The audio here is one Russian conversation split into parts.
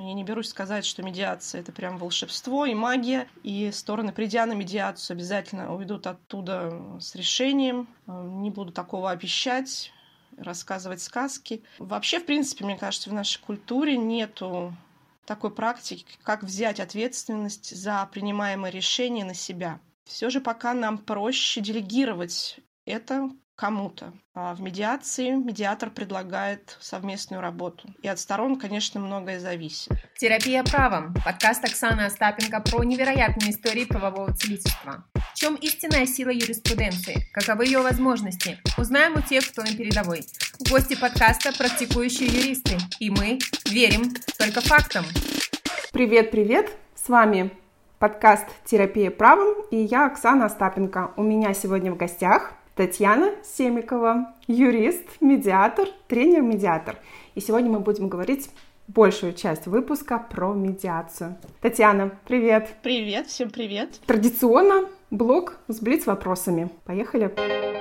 Я не берусь сказать, что медиация — это прям волшебство и магия, и стороны, придя на медиацию, обязательно уйдут оттуда с решением. Не буду такого обещать, рассказывать сказки. Вообще, в принципе, мне кажется, в нашей культуре нету такой практики, как взять ответственность за принимаемые решения на себя. Все же пока нам проще делегировать это кому-то. А в медиации медиатор предлагает совместную работу. И от сторон, конечно, многое зависит. Терапия правом. Подкаст Оксаны Остапенко про невероятные истории правового целительства. В чем истинная сила юриспруденции? Каковы ее возможности? Узнаем у тех, кто на передовой. Гости подкаста – практикующие юристы. И мы верим только фактам. Привет-привет! С вами подкаст «Терапия правом» и я, Оксана Остапенко. У меня сегодня в гостях Татьяна Семикова, юрист, медиатор, тренер-медиатор. И сегодня мы будем говорить большую часть выпуска про медиацию. Татьяна, привет! Привет, всем привет! Традиционно блог с блиц-вопросами. Поехали!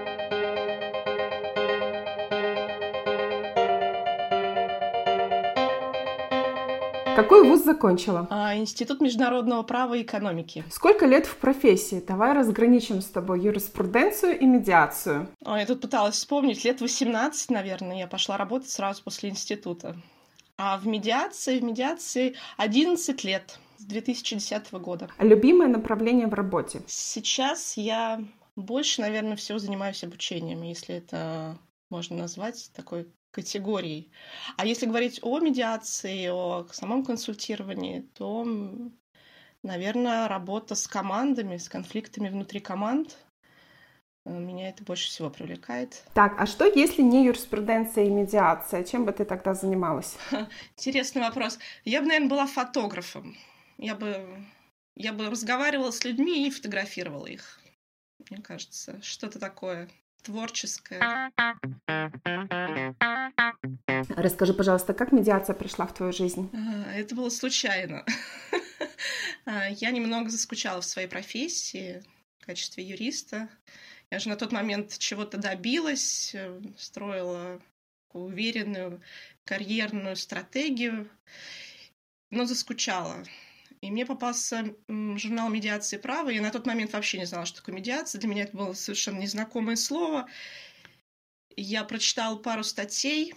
Какой вуз закончила? Институт международного права и экономики. Сколько лет в профессии? Давай разграничим с тобой юриспруденцию и медиацию. Я тут пыталась вспомнить. Лет 18, наверное, я пошла работать сразу после института. А в медиации 11 лет, с 2010 года. Любимое направление в работе? Сейчас я больше, наверное, всего занимаюсь обучением, если это можно назвать такой категорией. А если говорить о медиации, о самом консультировании, то, наверное, работа с командами, с конфликтами внутри команд. Меня это больше всего привлекает. Так, а что, если не юриспруденция и медиация? Чем бы ты тогда занималась? Интересный вопрос. Я бы, наверное, была фотографом. Я бы разговаривала с людьми и фотографировала их. Мне кажется, что-то такое творческое. Расскажи, пожалуйста, как медиация пришла в твою жизнь? Это было случайно. Я немного заскучала в своей профессии в качестве юриста. Я же на тот момент чего-то добилась, строила такую уверенную карьерную стратегию, но заскучала. И мне попался журнал «Медиация и право». Я на тот момент вообще не знала, что такое медиация. Для меня это было совершенно незнакомое слово. Я прочитала пару статей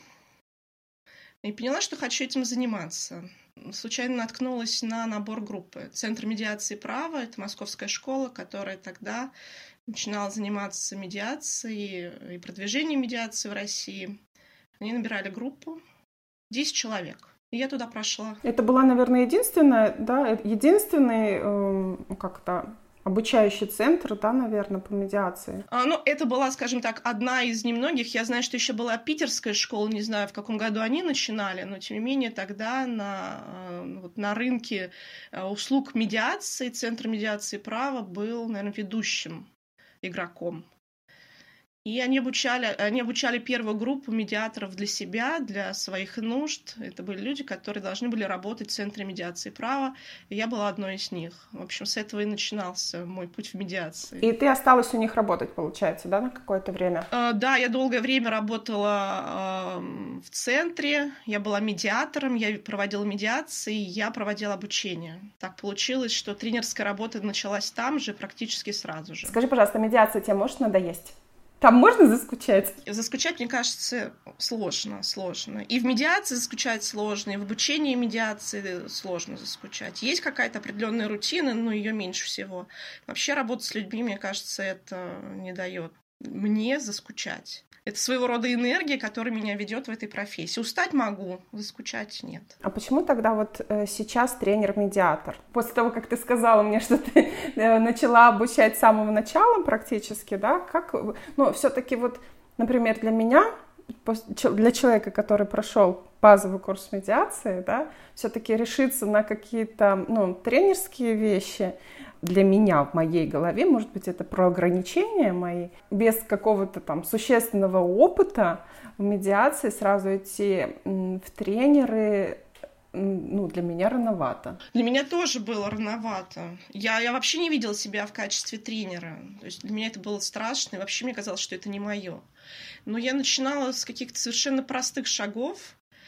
и поняла, что хочу этим заниматься. Случайно наткнулась на набор группы. Центр медиации и права — это московская школа, которая тогда начинала заниматься медиацией и продвижением медиации в России. Они набирали группу 10 человек. И я туда прошла. Это была, наверное, единственный как-то обучающий центр, да, наверное, по медиации. Это была, скажем так, одна из немногих. Я знаю, что еще была питерская школа, не знаю, в каком году они начинали, но, тем не менее, тогда на рынке услуг медиации Центр медиации и права был, наверное, ведущим игроком. И они обучали первую группу медиаторов для себя, для своих нужд. Это были люди, которые должны были работать в Центре медиации и права, и я была одной из них. В общем, с этого и начинался мой путь в медиации. И ты осталась у них работать, получается, да, на какое-то время? Да, я долгое время работала в центре, я была медиатором, я проводила медиации, я проводила обучение. Так получилось, что тренерская работа началась там же, практически сразу же. Скажи, пожалуйста, медиация тебе может надоесть? Там можно заскучать? Заскучать, мне кажется, сложно. И в медиации заскучать сложно, и в обучении медиации сложно заскучать. Есть какая-то определенная рутина, но ее меньше всего. Вообще работа с людьми, мне кажется, это не дает мне заскучать. Это своего рода энергия, которая меня ведет в этой профессии. Устать могу, заскучать нет. А почему тогда вот сейчас тренер-медиатор? После того, как ты сказала мне, что ты начала обучать с самого начала практически, да, все-таки вот, например, для меня, для человека, который прошел базовый курс медиации, да, все-таки решиться на какие-то, тренерские вещи для меня в моей голове, может быть, это про ограничения мои, без какого-то там существенного опыта в медиации сразу идти в тренеры, для меня рановато. Для меня тоже было рановато. Я вообще не видела себя в качестве тренера. То есть для меня это было страшно, и вообще мне казалось, что это не мое. Но я начинала с каких-то совершенно простых шагов.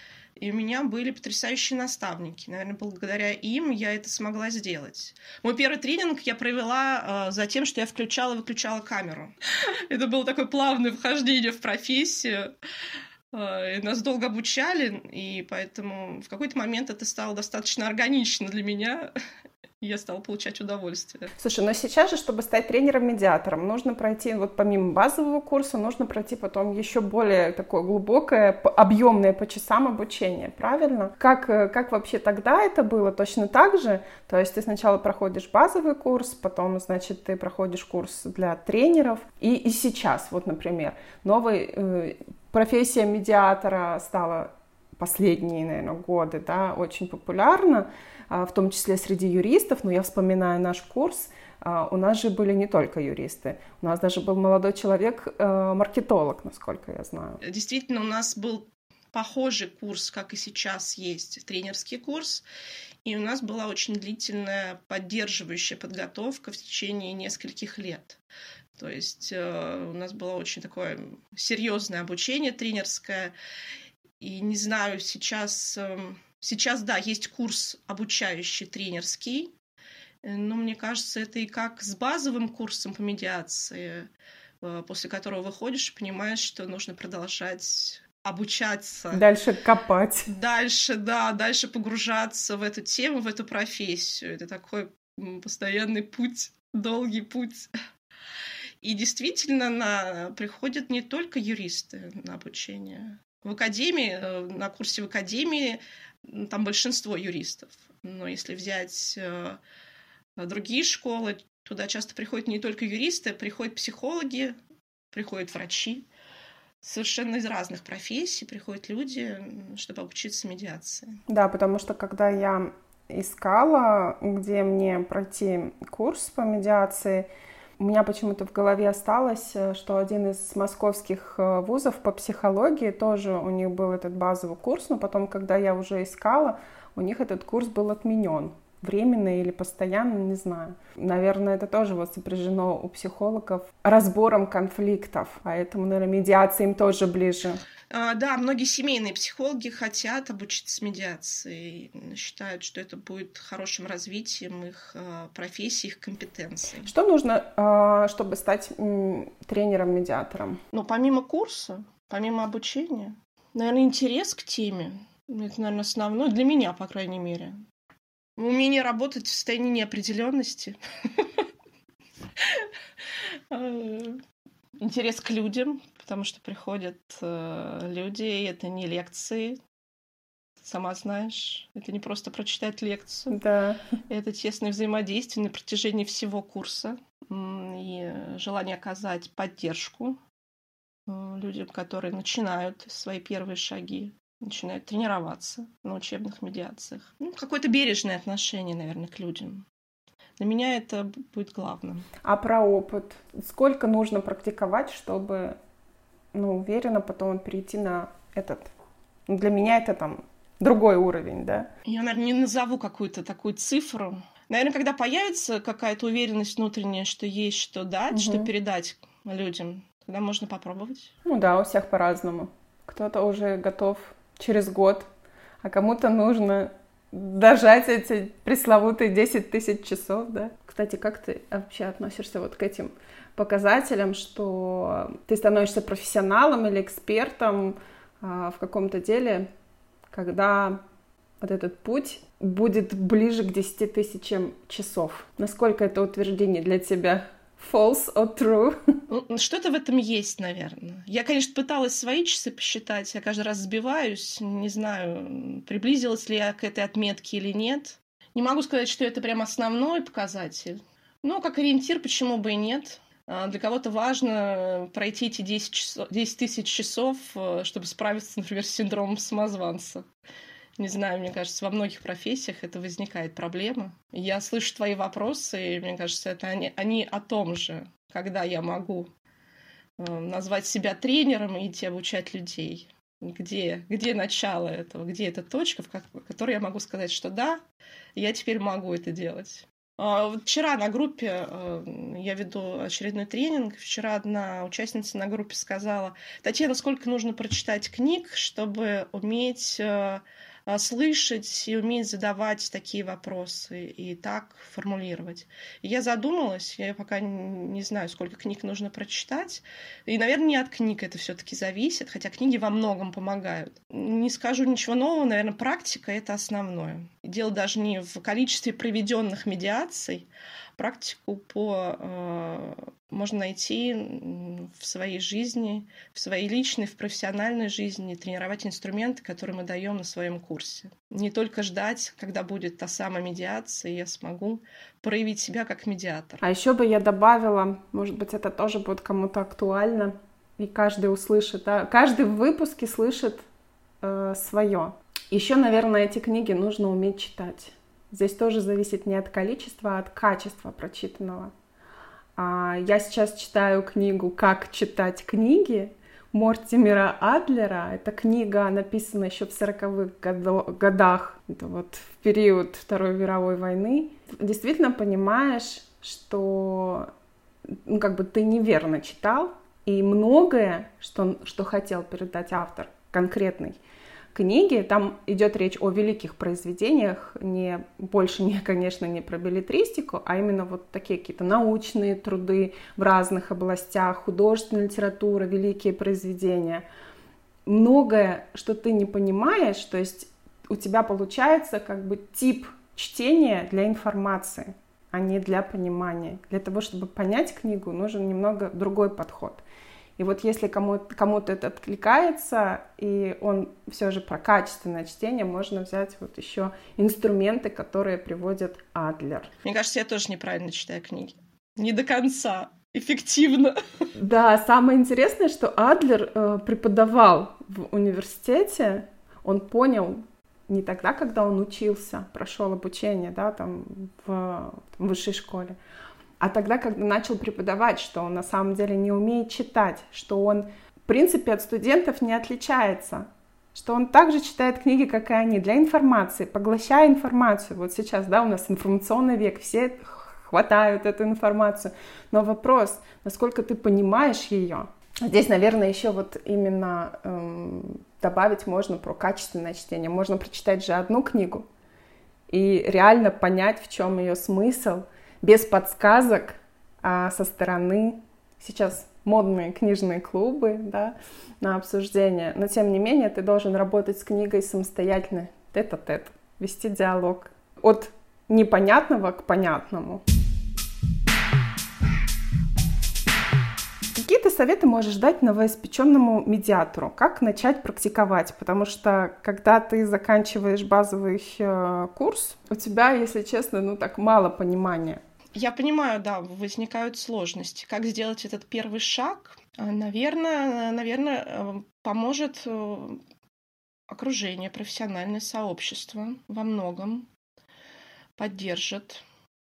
и у меня были потрясающие наставники. Наверное, благодаря им я это смогла сделать. Мой первый тренинг я провела за тем, что я включала и выключала камеру. Это было такое плавное вхождение в профессию. И нас долго обучали, и поэтому в какой-то момент это стало достаточно органично для меня. И я стала получать удовольствие. Слушай, но сейчас же, чтобы стать тренером-медиатором, нужно пройти, вот помимо базового курса, нужно пройти потом еще более такое глубокое, объемное по часам обучение, правильно? Как вообще тогда это было? Точно так же? То есть ты сначала проходишь базовый курс, потом, значит, ты проходишь курс для тренеров, и сейчас, вот, например, профессия медиатора стала последние, наверное, годы, да, очень популярна, в том числе среди юристов. Но я вспоминаю наш курс, у нас же были не только юристы, у нас даже был молодой человек, маркетолог, насколько я знаю. Действительно, у нас был похожий курс, как и сейчас есть, тренерский курс, и у нас была очень длительная поддерживающая подготовка в течение нескольких лет. То есть у нас было очень такое серьезное обучение тренерское. И не знаю, сейчас, да, есть курс обучающий тренерский, но мне кажется, это и как с базовым курсом по медиации, после которого выходишь и понимаешь, что нужно продолжать обучаться. Дальше копать. Дальше погружаться в эту тему, в эту профессию. Это такой постоянный путь, долгий путь. И действительно, приходят не только юристы на обучение. В академии, на курсе в академии, там большинство юристов. Но если взять другие школы, туда часто приходят не только юристы, приходят психологи, приходят врачи. Совершенно из разных профессий приходят люди, чтобы обучиться медиации. Да, потому что когда я искала, где мне пройти курс по медиации, у меня почему-то в голове осталось, что один из московских вузов по психологии, тоже у них был этот базовый курс, но потом, когда я уже искала, у них этот курс был отменен. Временно или постоянно, не знаю. Наверное, это тоже вот сопряжено у психологов разбором конфликтов, поэтому, наверное, медиация им тоже ближе. Да, многие семейные психологи хотят обучиться медиации, считают, что это будет хорошим развитием их профессии, их компетенций. Что нужно, чтобы стать тренером-медиатором? Ну, помимо курса, помимо обучения, наверное, интерес к теме. Это, наверное, основное, для меня, по крайней мере. Умение работать в состоянии неопределенности. Интерес к людям, потому что приходят люди, и это не лекции. Ты сама знаешь, это не просто прочитать лекцию. Да. Это тесное взаимодействие на протяжении всего курса. И желание оказать поддержку людям, которые начинают свои первые шаги, начинают тренироваться на учебных медиациях. Какое-то бережное отношение, наверное, к людям. Для меня это будет главным. А про опыт? Сколько нужно практиковать, чтобы, уверенно потом перейти на этот? Для меня это там другой уровень, да? Я, наверное, не назову какую-то такую цифру. Наверное, когда появится какая-то уверенность внутренняя, что есть что дать, что передать людям, тогда можно попробовать. Да, у всех по-разному. Кто-то уже готов через год, а кому-то нужно дожать эти пресловутые 10 тысяч часов, да? Кстати, как ты вообще относишься вот к этим показателям, что ты становишься профессионалом или экспертом в каком-то деле, когда вот этот путь будет ближе к 10 тысячам часов? Насколько это утверждение для тебя? False or true? Что-то в этом есть, наверное. Я, конечно, пыталась свои часы посчитать. Я каждый раз сбиваюсь. Не знаю, приблизилась ли я к этой отметке или нет. Не могу сказать, что это прям основной показатель. Но как ориентир, почему бы и нет. Для кого-то важно пройти эти 10 тысяч часов, чтобы справиться, например, с синдромом самозванца. Не знаю, мне кажется, во многих профессиях это возникает проблема. Я слышу твои вопросы, и мне кажется, это они о том же, когда я могу назвать себя тренером и идти обучать людей. Где начало этого, где эта точка, в которой я могу сказать, что да, я теперь могу это делать. Вот вчера на группе, я веду очередной тренинг, вчера одна участница на группе сказала: Татьяна, сколько нужно прочитать книг, чтобы уметь слышать и уметь задавать такие вопросы и так формулировать. И я задумалась, я пока не знаю, сколько книг нужно прочитать. И, наверное, не от книг это все-таки зависит, хотя книги во многом помогают. Не скажу ничего нового, наверное, практика — это основное. Дело даже не в количестве проведенных медиаций. Практику можно найти в своей жизни, в своей личной, в профессиональной жизни, тренировать инструменты, которые мы даем на своем курсе. Не только ждать, когда будет та самая медиация, и я смогу проявить себя как медиатор. А еще бы я добавила, может быть, это тоже будет кому-то актуально, и каждый услышит, да? Каждый в выпуске слышит свое. Еще, наверное, эти книги нужно уметь читать. Здесь тоже зависит не от количества, а от качества прочитанного. Я сейчас читаю книгу «Как читать книги» Мортимера Адлера. Эта книга написана еще в 40-х годах, это вот в период Второй мировой войны. Действительно понимаешь, что ты неверно читал, и многое, что хотел передать автор конкретный книги, там идет речь о великих произведениях, конечно, не про беллетристику, а именно вот такие какие-то научные труды в разных областях, художественная литература, великие произведения. Многое, что ты не понимаешь, то есть у тебя получается тип чтения для информации, а не для понимания. Для того, чтобы понять книгу, нужен немного другой подход. И вот если кому-то это откликается, и он все же про качественное чтение, можно взять вот еще инструменты, которые приводит Адлер. Мне кажется, я тоже неправильно читаю книги. Не до конца эффективно. Да, самое интересное, что Адлер преподавал в университете, он понял не тогда, когда он учился, прошел обучение, да, там в высшей школе, а тогда, когда начал преподавать, что он на самом деле не умеет читать, что он, в принципе, от студентов не отличается, что он также читает книги, как и они, для информации, поглощая информацию. Вот сейчас, да, у нас информационный век, все хватают эту информацию, но вопрос, насколько ты понимаешь ее. Здесь, наверное, еще вот именно добавить можно про качественное чтение. Можно прочитать же одну книгу и реально понять, в чем ее смысл, без подсказок, со стороны. Сейчас модные книжные клубы, да, на обсуждение, но тем не менее ты должен работать с книгой самостоятельно, тет-а-тет, вести диалог от непонятного к понятному. Какие ты советы можешь дать новоиспеченному медиатору? Как начать практиковать? Потому что, когда ты заканчиваешь базовый курс, у тебя, если честно, так мало понимания. Я понимаю, да, возникают сложности. Как сделать этот первый шаг? Наверное, поможет окружение, профессиональное сообщество во многом, поддержит.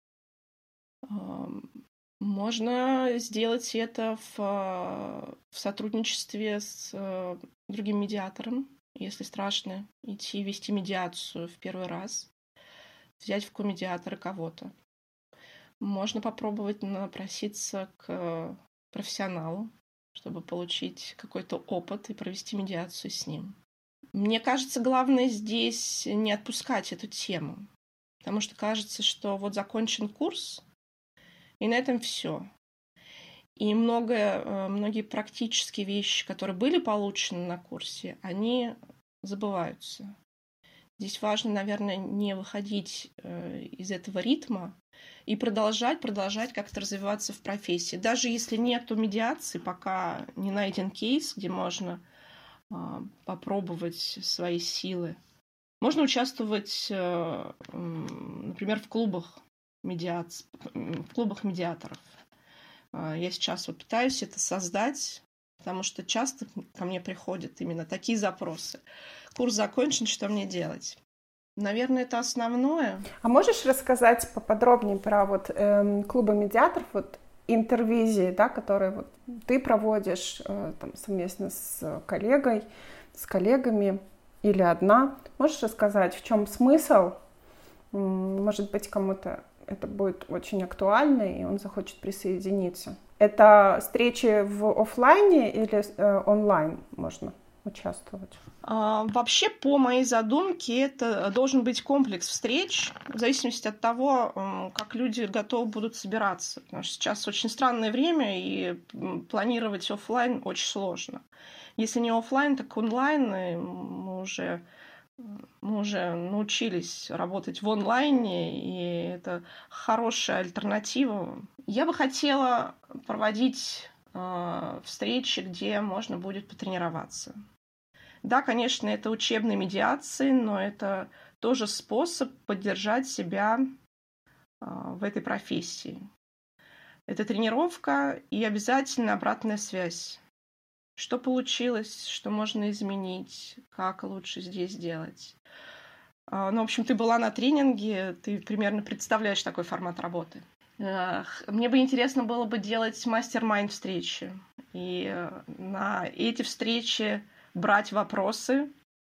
Можно сделать это в сотрудничестве с другим медиатором, если страшно идти вести медиацию в первый раз, взять в комедиатора кого-то. Можно попробовать напроситься к профессионалу, чтобы получить какой-то опыт и провести медиацию с ним. Мне кажется, главное здесь не отпускать эту тему, потому что кажется, что вот закончен курс, и на этом все. И многие практические вещи, которые были получены на курсе, они забываются. Здесь важно, наверное, не выходить из этого ритма и продолжать как-то развиваться в профессии. Даже если нету медиации, пока не найден кейс, где можно попробовать свои силы. Можно участвовать, например, в клубах медиаторов. Я сейчас пытаюсь это создать, потому что часто ко мне приходят именно такие запросы. Курс закончен, что мне делать? Наверное, это основное. А можешь рассказать поподробнее про клубы медиаторов, интервизии, да, которые ты проводишь совместно с коллегами или одна? Можешь рассказать, в чем смысл? Может быть, кому-то это будет очень актуально, и он захочет присоединиться. Это встречи в офлайне или онлайн можно участвовать? Вообще, по моей задумке, это должен быть комплекс встреч, в зависимости от того, как люди готовы будут собираться. Потому что сейчас очень странное время, и планировать офлайн очень сложно. Если не офлайн, так онлайн, и мы уже научились работать в онлайне, и это хорошая альтернатива. Я бы хотела проводить встречи, где можно будет потренироваться. Да, конечно, это учебные медиации, но это тоже способ поддержать себя в этой профессии. Это тренировка и обязательно обратная связь. Что получилось, что можно изменить, как лучше здесь сделать. Ну, в общем, ты была на тренинге, ты примерно представляешь такой формат работы. Мне бы интересно было бы делать мастер-майнд встречи. И на эти встречи брать вопросы,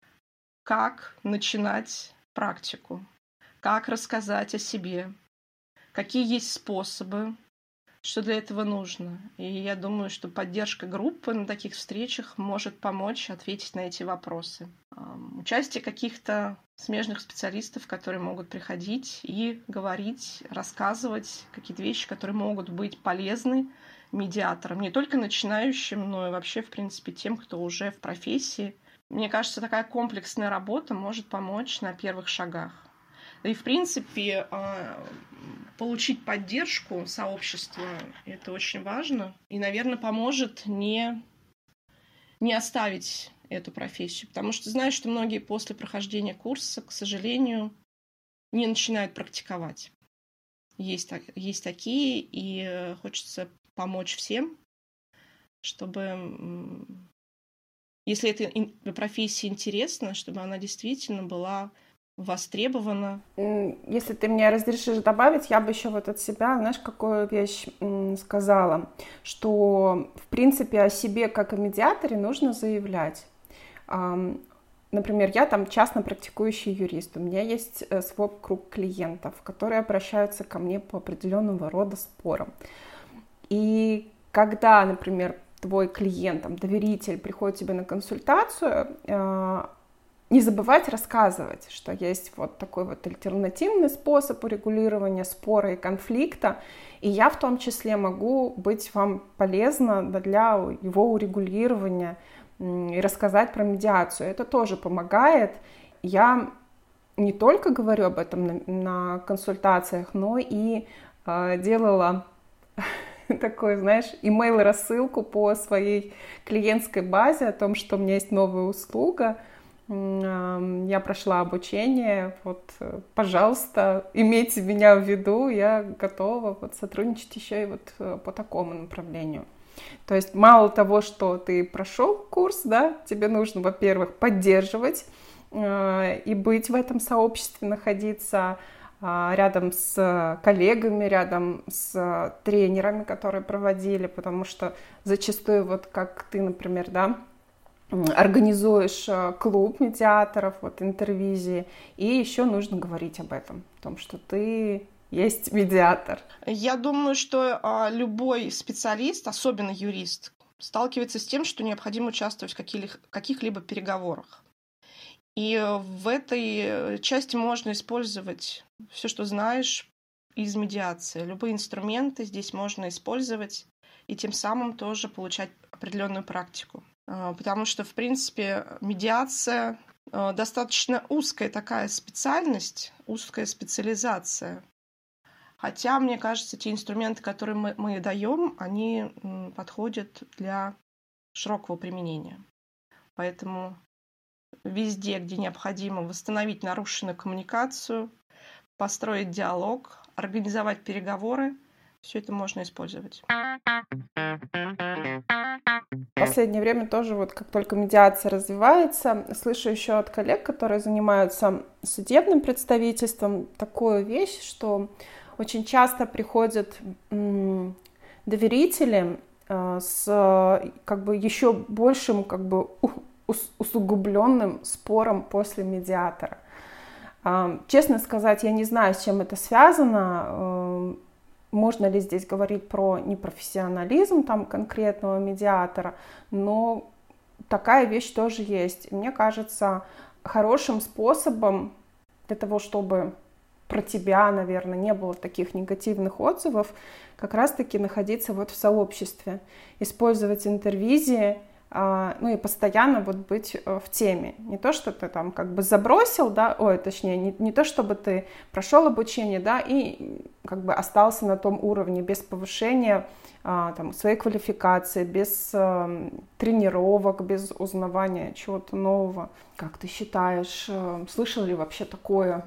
как начинать практику, как рассказать о себе, какие есть способы, что для этого нужно. И я думаю, что поддержка группы на таких встречах может помочь ответить на эти вопросы. Участие каких-то смежных специалистов, которые могут приходить и говорить, рассказывать какие-то вещи, которые могут быть полезны медиаторам, не только начинающим, но и вообще, в принципе, тем, кто уже в профессии. Мне кажется, такая комплексная работа может помочь на первых шагах. И, в принципе, получить поддержку сообщества – это очень важно. И, наверное, поможет не оставить эту профессию. Потому что знаю, что многие после прохождения курса, к сожалению, не начинают практиковать. Есть такие, и хочется помочь всем, чтобы, если эта профессия интересна, чтобы она действительно была востребована. Если ты мне разрешишь добавить, я бы еще вот от себя, знаешь, какую вещь сказала, что, в принципе, о себе как о медиаторе нужно заявлять. Например, я там частно практикующий юрист, у меня есть свой круг клиентов, которые обращаются ко мне по определенного рода спорам. И когда, например, твой клиент, там, доверитель приходит тебе на консультацию, не забывать рассказывать, что есть вот такой вот альтернативный способ урегулирования спора и конфликта, и я в том числе могу быть вам полезна для его урегулирования и рассказать про медиацию. Это тоже помогает. Я не только говорю об этом на консультациях, но и делала такой, знаешь, имейл-рассылку по своей клиентской базе о том, что у меня есть новая услуга. Я прошла обучение, вот, пожалуйста, имейте меня в виду, я готова вот сотрудничать еще и вот по такому направлению. То есть мало того, что ты прошел курс, да, тебе нужно, во-первых, поддерживать и быть в этом сообществе, находиться рядом с коллегами, рядом с тренерами, которые проводили, потому что зачастую, вот как ты, например, да, организуешь клуб медиаторов, вот интервизии, и еще нужно говорить об этом, о том, что ты есть медиатор. Я думаю, что любой специалист, особенно юрист, сталкивается с тем, что необходимо участвовать в каких-либо переговорах. И в этой части можно использовать все, что знаешь из медиации. Любые инструменты здесь можно использовать и тем самым тоже получать определенную практику. Потому что, в принципе, медиация достаточно узкая такая специальность, узкая специализация. Хотя, мне кажется, те инструменты, которые мы даем, они подходят для широкого применения. Поэтому везде, где необходимо восстановить нарушенную коммуникацию, построить диалог, организовать переговоры, все это можно использовать. В последнее время тоже вот как только медиация развивается, слышу еще от коллег, которые занимаются судебным представительством, такую вещь, что очень часто приходят доверители с как бы еще большим как бы усугубленным спором после медиатора. Честно сказать, я не знаю, с чем это связано. Можно ли здесь говорить про непрофессионализм там конкретного медиатора, но такая вещь тоже есть. Мне кажется, хорошим способом для того, чтобы про тебя, наверное, не было таких негативных отзывов, как раз-таки находиться вот в сообществе, использовать интервизии, ну и постоянно вот быть в теме. Не то, что ты там как бы забросил, да, точнее, не то, чтобы ты прошел обучение, да, и как бы остался на том уровне без повышения там, своей квалификации, без тренировок, без узнавания чего-то нового. Как ты считаешь, слышал ли вообще такое?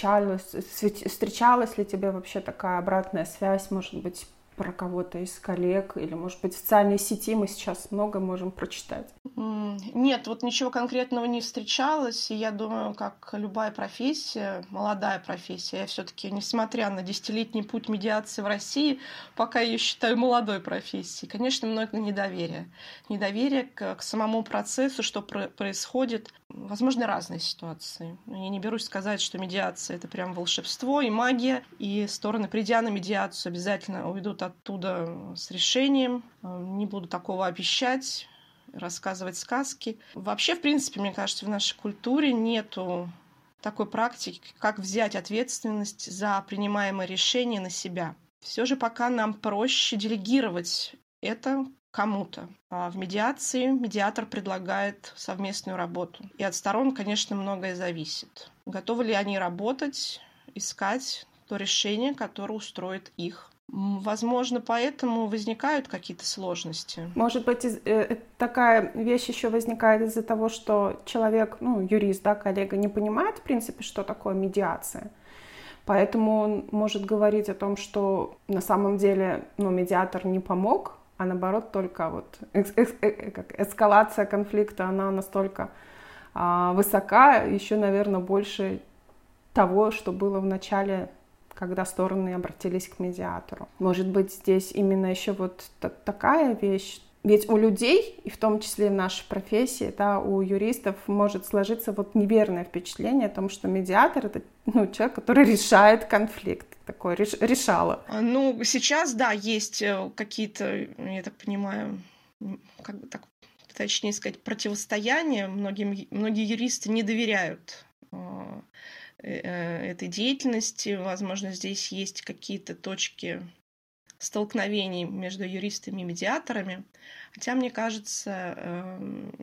Встречалась ли тебе вообще такая обратная связь, может быть, про кого-то из коллег, или, может быть, в социальной сети мы сейчас много можем прочитать? Нет, вот ничего конкретного не встречалось, и я думаю, как любая профессия, молодая профессия, я все-таки, несмотря на 10-летний путь медиации в России, пока ее считаю молодой профессией, конечно, много недоверия. Недоверие к самому процессу, что происходит. Возможно, разные ситуации. Я не берусь сказать, что медиация — это прям волшебство и магия, и стороны, придя на медиацию, обязательно уйдут оттуда с решением. Не буду такого обещать, рассказывать сказки. Вообще, в принципе, мне кажется, в нашей культуре нету такой практики, как взять ответственность за принимаемое решение на себя. Все же пока нам проще делегировать это кому-то. А в медиации медиатор предлагает совместную работу. И от сторон, конечно, многое зависит. Готовы ли они работать, искать то решение, которое устроит их. Возможно, поэтому возникают какие-то сложности. Может быть, такая вещь еще возникает из-за того, что человек, юрист, да, коллега, не понимает, в принципе, что такое медиация. Поэтому он может говорить о том, что на самом деле медиатор не помог, а наоборот только вот эскалация конфликта, она настолько высока, еще, наверное, больше того, что было в начале, когда стороны обратились к медиатору. Может быть, здесь именно еще вот такая вещь. Ведь у людей, и в том числе в нашей профессии, да, у юристов может сложиться вот неверное впечатление о том, что медиатор — это человек, который решает конфликт, такой решало. Сейчас, да, есть какие-то, я так понимаю, как бы так точнее сказать, противостояния. Многие юристы не доверяют этой деятельности. Возможно, здесь есть какие-то точки столкновений между юристами и медиаторами. Хотя, мне кажется,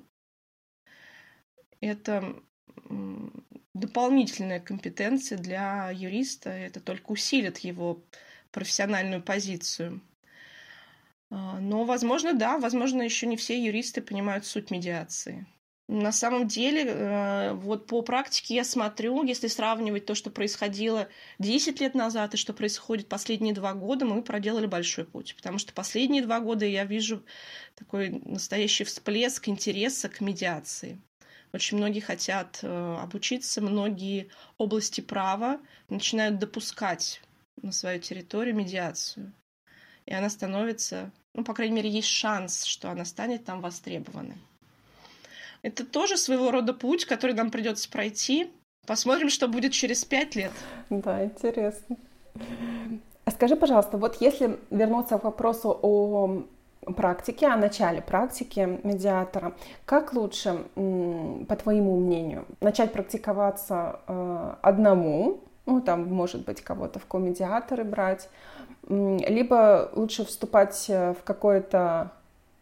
это дополнительная компетенция для юриста. Это только усилит его профессиональную позицию. Но, возможно, еще не все юристы понимают суть медиации. На самом деле, вот по практике я смотрю, если сравнивать то, что происходило 10 лет назад и что происходит последние 2 года, мы проделали большой путь. Потому что последние 2 года я вижу такой настоящий всплеск интереса к медиации. Очень многие хотят обучиться, многие области права начинают допускать на свою территорию медиацию. И она становится, по крайней мере, есть шанс, что она станет там востребованной. Это тоже своего рода путь, который нам придется пройти. Посмотрим, что будет через 5 лет. Да, интересно. А скажи, пожалуйста, вот если вернуться к вопросу о практике, о начале практики медиатора, как лучше, по твоему мнению, начать практиковаться одному, может быть, кого-то в комедиаторы брать, либо лучше вступать в какое-то,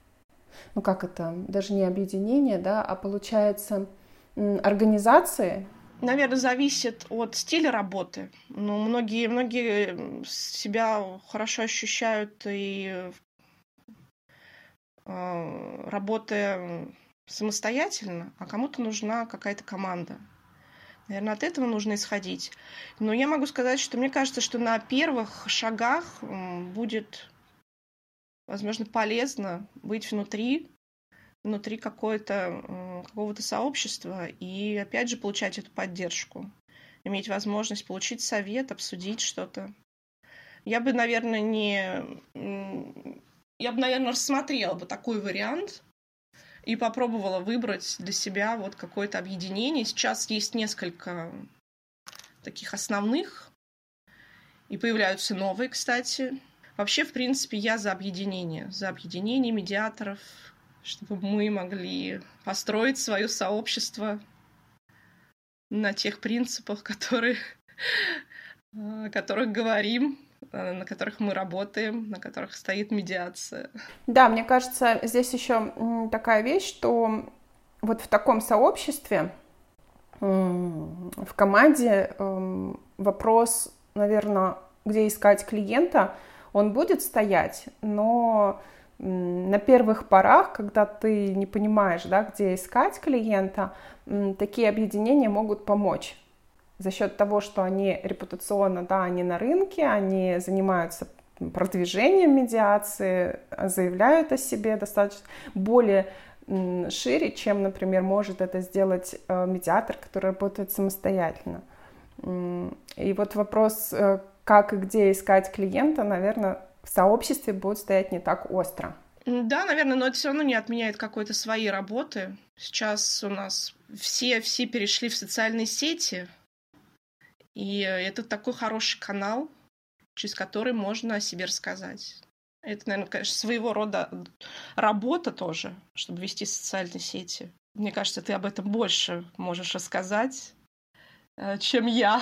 даже не объединение, да, а получается организации? Наверное, зависит от стиля работы. Многие себя хорошо ощущают и работая самостоятельно, а кому-то нужна какая-то команда. Наверное, от этого нужно исходить. Но я могу сказать, что мне кажется, что на первых шагах будет, возможно, полезно быть внутри какого-то сообщества и, опять же, получать эту поддержку. Иметь возможность получить совет, обсудить что-то. Я бы, наверное, рассмотрела бы такой вариант и попробовала выбрать для себя вот какое-то объединение. Сейчас есть несколько таких основных, и появляются новые, кстати. Вообще, в принципе, я за объединение медиаторов, чтобы мы могли построить свое сообщество на тех принципах, о которых говорим, на которых мы работаем, на которых стоит медиация. Да, мне кажется, здесь еще такая вещь, что вот в таком сообществе, в команде вопрос, наверное, где искать клиента, он будет стоять, но на первых порах, когда ты не понимаешь, да, где искать клиента, такие объединения могут помочь. За счет того, что они репутационно, да, они на рынке, они занимаются продвижением медиации, заявляют о себе достаточно более шире, чем, например, может это сделать медиатор, который работает самостоятельно. И вот вопрос, как и где искать клиента, наверное, в сообществе будет стоять не так остро. Да, наверное, но это все равно не отменяет какой-то своей работы. Сейчас у нас все перешли в социальные сети, и это такой хороший канал, через который можно о себе рассказать. Это, наверное, конечно, своего рода работа тоже, чтобы вести социальные сети. Мне кажется, ты об этом больше можешь рассказать, чем я.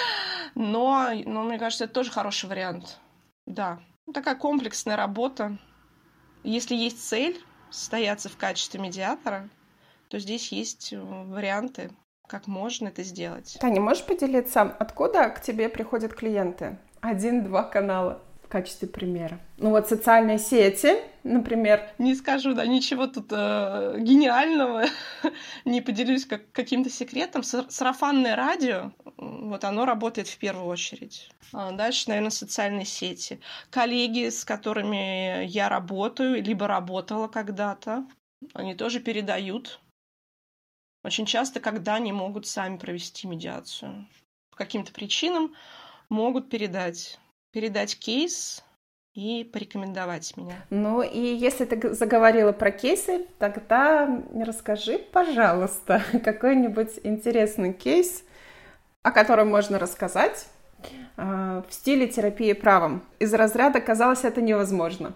Но мне кажется, это тоже хороший вариант. Да, такая комплексная работа. Если есть цель состояться в качестве медиатора, то здесь есть варианты, как можно это сделать. Таня, можешь поделиться, откуда к тебе приходят клиенты? 1-2 канала в качестве примера. Ну вот социальные сети, например. Не скажу, да, ничего тут гениального. Не поделюсь каким-то секретом. Сарафанное радио, вот оно работает в первую очередь. Дальше, наверное, социальные сети. Коллеги, с которыми я работаю, либо работала когда-то, они тоже передают. Очень часто, когда они могут сами провести медиацию. По каким-то причинам могут передать кейс и порекомендовать меня. Ну и если ты заговорила про кейсы, тогда расскажи, пожалуйста, какой-нибудь интересный кейс, о котором можно рассказать в стиле терапии правом. Из разряда «казалось, это невозможно».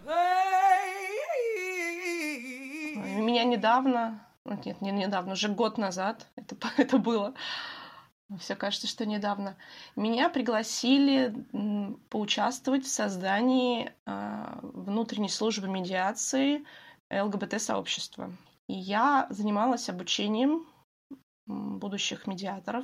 У меня недавно... Нет, не недавно, уже год назад это было. Все кажется, что недавно. Меня пригласили поучаствовать в создании внутренней службы медиации ЛГБТ-сообщества. И я занималась обучением будущих медиаторов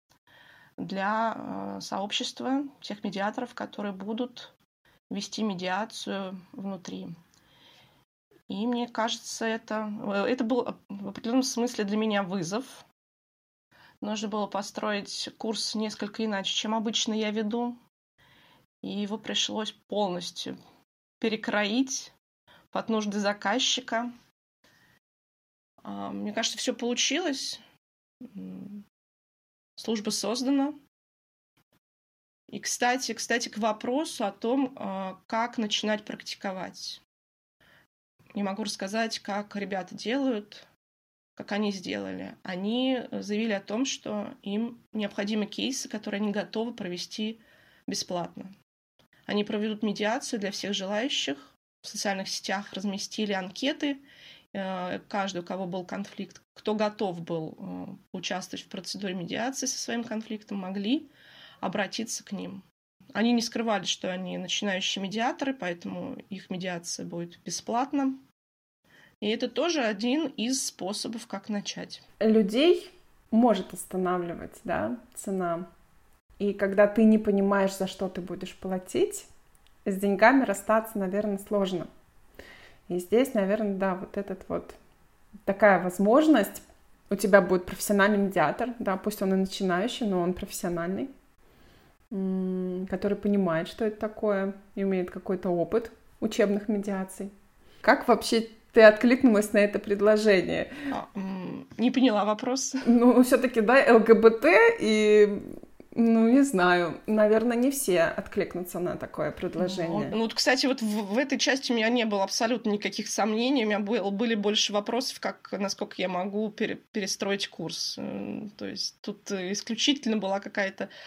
для сообщества, тех медиаторов, которые будут вести медиацию внутри. И мне кажется, это был в определенном смысле для меня вызов. Нужно было построить курс несколько иначе, чем обычно я веду. И его пришлось полностью перекроить под нужды заказчика. Мне кажется, все получилось. Служба создана. И, кстати, к вопросу о том, как начинать практиковать. Не могу рассказать, как ребята делают, как они сделали. Они заявили о том, что им необходимы кейсы, которые они готовы провести бесплатно. Они проведут медиацию для всех желающих. В социальных сетях разместили анкеты. Каждый, у кого был конфликт, кто готов был участвовать в процедуре медиации со своим конфликтом, могли обратиться к ним. Они не скрывали, что они начинающие медиаторы, поэтому их медиация будет бесплатна. И это тоже один из способов, как начать. Людей может останавливать, да, цена. И когда ты не понимаешь, за что ты будешь платить, с деньгами расстаться, наверное, сложно. И здесь, наверное, да, вот этот вот такая возможность. У тебя будет профессиональный медиатор, да, пусть он и начинающий, но он профессиональный, который понимает, что это такое, и имеет какой-то опыт учебных медиаций. Как вообще ты откликнулась на это предложение? Не поняла вопрос. Ну, все-таки, да, ЛГБТ, и, ну, не знаю, наверное, не все откликнутся на такое предложение. Ну, кстати, вот в этой части у меня не было абсолютно никаких сомнений, у меня были больше вопросов, насколько я могу перестроить курс. То есть тут исключительно была какая-то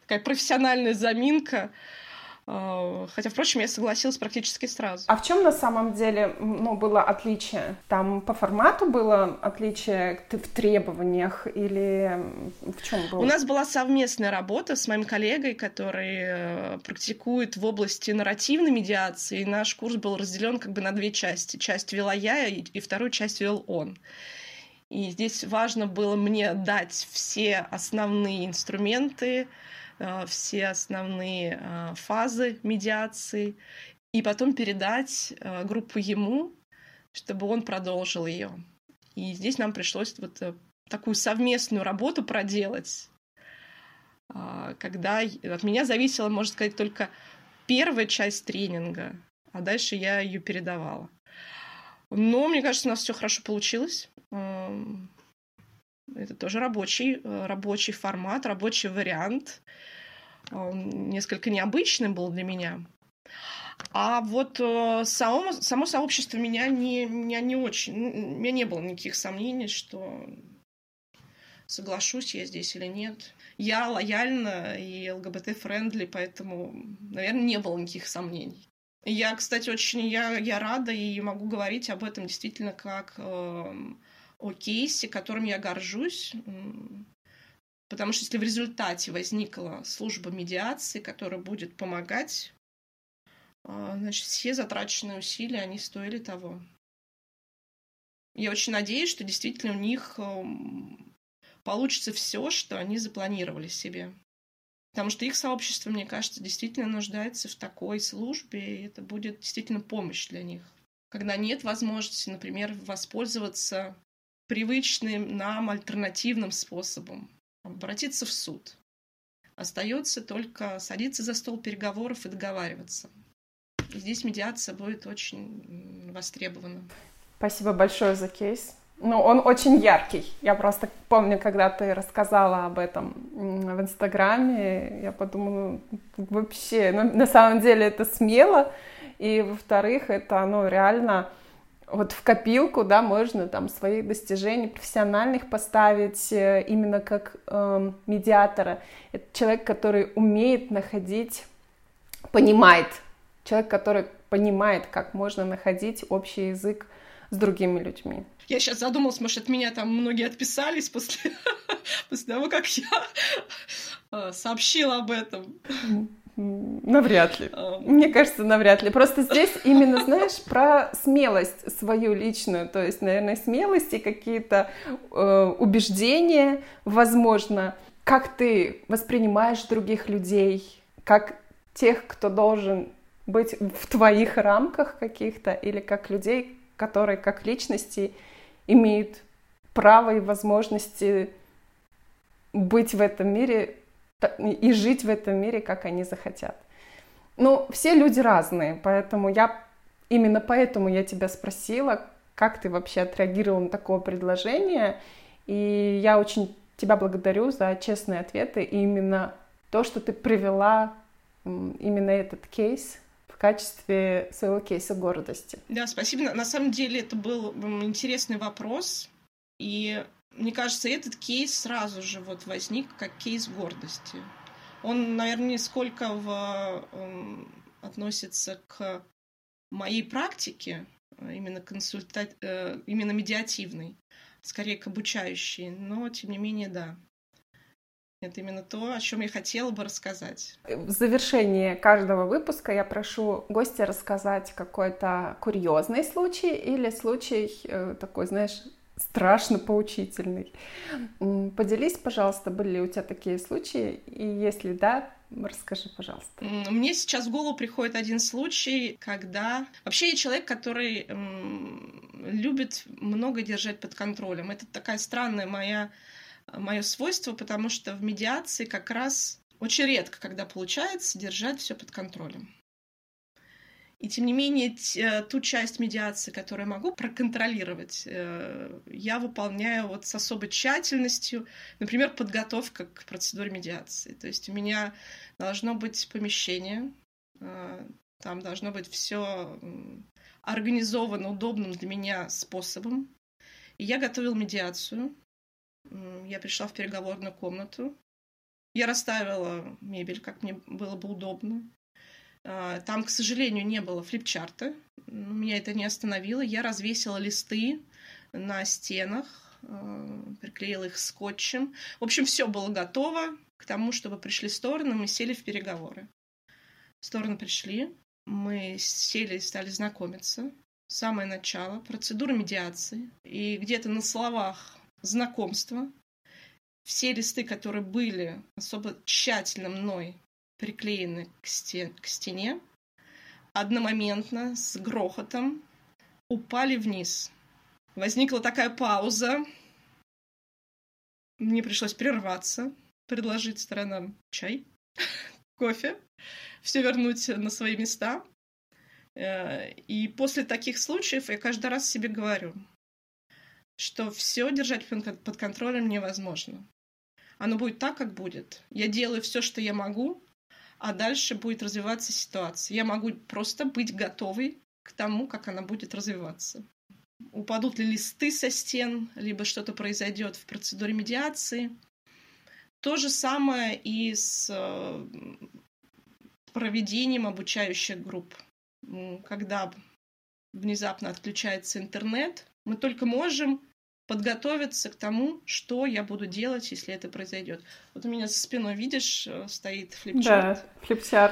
такая профессиональная заминка. Хотя, впрочем, я согласилась практически сразу. А в чем на самом деле было отличие? Там по формату было отличие в требованиях или в чем было? У нас была совместная работа с моим коллегой, который практикует в области нарративной медиации. И наш курс был разделен как бы на две части. Часть вела я, и вторую часть вел он. И здесь важно было мне дать все основные инструменты, все основные фазы медиации, и потом передать группу ему, чтобы он продолжил ее. И здесь нам пришлось вот такую совместную работу проделать, когда от меня зависела, можно сказать, только первая часть тренинга, а дальше я ее передавала. Но, мне кажется, у нас все хорошо получилось. Это тоже рабочий формат, рабочий вариант. Он несколько необычный был для меня. А вот само сообщество меня не очень... У меня не было никаких сомнений, что соглашусь я здесь или нет. Я лояльна и ЛГБТ-френдли, поэтому, наверное, не было никаких сомнений. Я, кстати, я рада и могу говорить об этом действительно как о кейсе, которым я горжусь, потому что если в результате возникла служба медиации, которая будет помогать, значит, все затраченные усилия, они стоили того. Я очень надеюсь, что действительно у них получится все, что они запланировали себе. Потому что их сообщество, мне кажется, действительно нуждается в такой службе, и это будет действительно помощь для них. Когда нет возможности, например, воспользоваться привычным нам альтернативным способом, обратиться в суд. Остается только садиться за стол переговоров и договариваться. И здесь медиация будет очень востребована. Спасибо большое за кейс. Он очень яркий. Я просто помню, когда ты рассказала об этом в Инстаграме, я подумала, вообще, на самом деле это смело, и, во-вторых, это, реально вот в копилку, да, можно там своих достижений профессиональных поставить именно как медиатора. Это человек, который умеет понимает, человек, который понимает, как можно находить общий язык с другими людьми. Я сейчас задумалась, может, от меня там многие отписались после того, как я сообщила об этом. Навряд ли. Мне кажется, навряд ли. Просто здесь именно, знаешь, про смелость свою личную. То есть, наверное, смелость и какие-то убеждения, возможно, как ты воспринимаешь других людей, как тех, кто должен быть в твоих рамках каких-то, или как людей, которые как личности имеют право и возможности быть в этом мире и жить в этом мире, как они захотят. Все люди разные, поэтому именно поэтому я тебя спросила, как ты вообще отреагировала на такое предложение, и я очень тебя благодарю за честные ответы, и именно то, что ты привела именно этот кейс в качестве своего кейса гордости. Да, спасибо. На самом деле это был интересный вопрос, и мне кажется, этот кейс сразу же возник как кейс гордости. Он, наверное, не сколько относится к моей практике, именно именно медиативной, скорее к обучающей, но, тем не менее, да. Это именно то, о чем я хотела бы рассказать. В завершении каждого выпуска я прошу гостя рассказать какой-то курьезный случай или случай такой, знаешь, страшно поучительный. Поделись, пожалуйста, были ли у тебя такие случаи? И если да, расскажи, пожалуйста. Мне сейчас в голову приходит один случай, когда... Вообще я человек, который любит много держать под контролем. Это такая странная мое свойство, потому что в медиации как раз очень редко, когда получается держать все под контролем. И тем не менее, ту часть медиации, которую я могу проконтролировать, я выполняю с особой тщательностью. Например, подготовка к процедуре медиации. То есть у меня должно быть помещение, там должно быть все организовано удобным для меня способом. И я готовила медиацию. Я пришла в переговорную комнату. Я расставила мебель, как мне было бы удобно. Там, к сожалению, не было флипчарта. Меня это не остановило. Я развесила листы на стенах, приклеила их скотчем. В общем, все было готово к тому, чтобы пришли стороны, мы сели в переговоры. Стороны пришли, мы сели и стали знакомиться. Самое начало, процедура медиации. И где-то на словах знакомства все листы, которые были особо тщательно мной приклеены к стене, одномоментно, с грохотом, упали вниз. Возникла такая пауза. Мне пришлось прерваться, предложить сторонам чай, кофе, все вернуть на свои места. И после таких случаев я каждый раз себе говорю, что все держать под контролем невозможно. Оно будет так, как будет. Я делаю все, что я могу, а дальше будет развиваться ситуация. Я могу просто быть готовой к тому, как она будет развиваться. Упадут ли листы со стен, либо что-то произойдет в процедуре медиации. То же самое и с проведением обучающих групп. Когда внезапно отключается интернет, мы только можем подготовиться к тому, что я буду делать, если это произойдет. Вот у меня за спиной, видишь, стоит флипчарт. Да, флипчарт.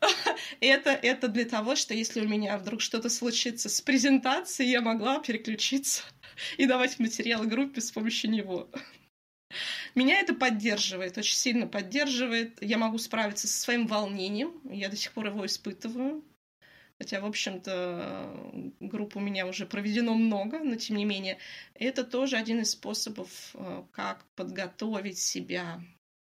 Это для того, что если у меня вдруг что-то случится с презентацией, я могла переключиться и давать материал группе с помощью него. Меня это поддерживает, очень сильно поддерживает. Я могу справиться со своим волнением, я до сих пор его испытываю. Хотя, в общем-то, групп у меня уже проведено много, но тем не менее, это тоже один из способов, как подготовить себя.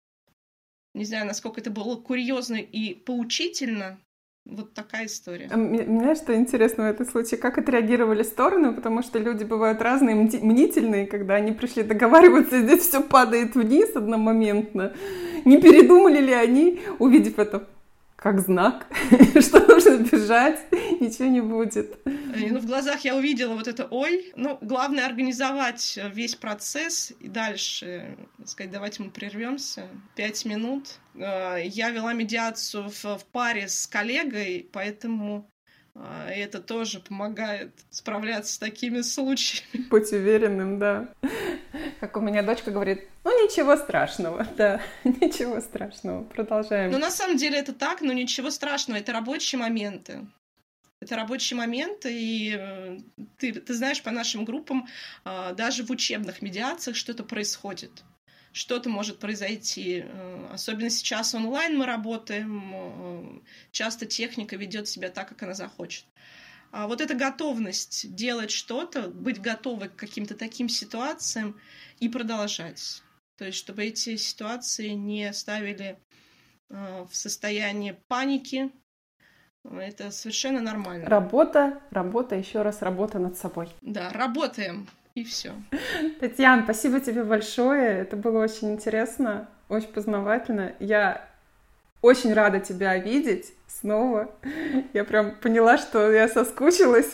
Не знаю, насколько это было курьезно и поучительно. Вот такая история. Мне что интересно в этом случае, как отреагировали стороны, потому что люди бывают разные, мнительные, когда они пришли договариваться, и здесь все падает вниз одномоментно. Не передумали ли они, увидев это как знак, что нужно бежать, ничего не будет? Ну, в глазах я увидела вот это «ой». Ну, главное организовать весь процесс и дальше сказать, давайте мы прервемся. 5 минут. Я вела медиацию в паре с коллегой, поэтому это тоже помогает справляться с такими случаями. Будь уверенным, да. Как у меня дочка говорит, ну ничего страшного, да, ничего страшного, продолжаем. Ну, на самом деле это так, но ничего страшного, это рабочие моменты. Это рабочие моменты, и ты знаешь, по нашим группам, даже в учебных медиациях что-то происходит. Что-то может произойти. Особенно сейчас онлайн мы работаем, часто техника ведет себя так, как она захочет. А вот эта готовность делать что-то, быть готовой к каким-то таким ситуациям и продолжать. То есть, чтобы эти ситуации не ставили в состояние паники, это совершенно нормально. Работа, еще раз работа над собой. Да, работаем, и все. Татьяна, спасибо тебе большое. Это было очень интересно, очень познавательно. Я очень рада тебя видеть снова. Я прям поняла, что я соскучилась,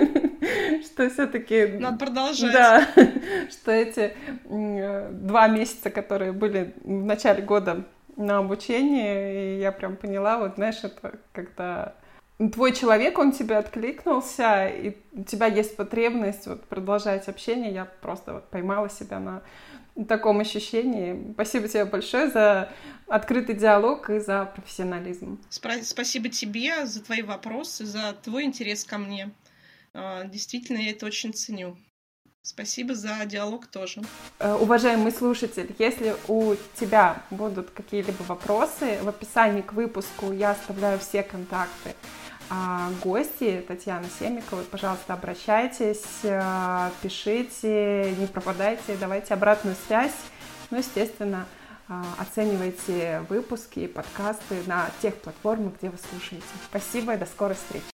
что все-таки... Надо продолжать. Да, что эти 2 месяца, которые были в начале года на обучении, и я прям поняла, вот знаешь, это когда твой человек, он тебе откликнулся, и у тебя есть потребность вот продолжать общение. Я просто вот поймала себя на таком ощущении. Спасибо тебе большое за открытый диалог и за профессионализм. Спасибо тебе за твои вопросы, за твой интерес ко мне. Действительно, я это очень ценю. Спасибо за диалог тоже. Уважаемый слушатель, если у тебя будут какие-либо вопросы, в описании к выпуску я оставляю все контакты гости Татьяны Семиковой. Пожалуйста, обращайтесь, пишите, не пропадайте, давайте обратную связь. Ну, естественно, оценивайте выпуски и подкасты на тех платформах, где вы слушаете. Спасибо и до скорой встречи.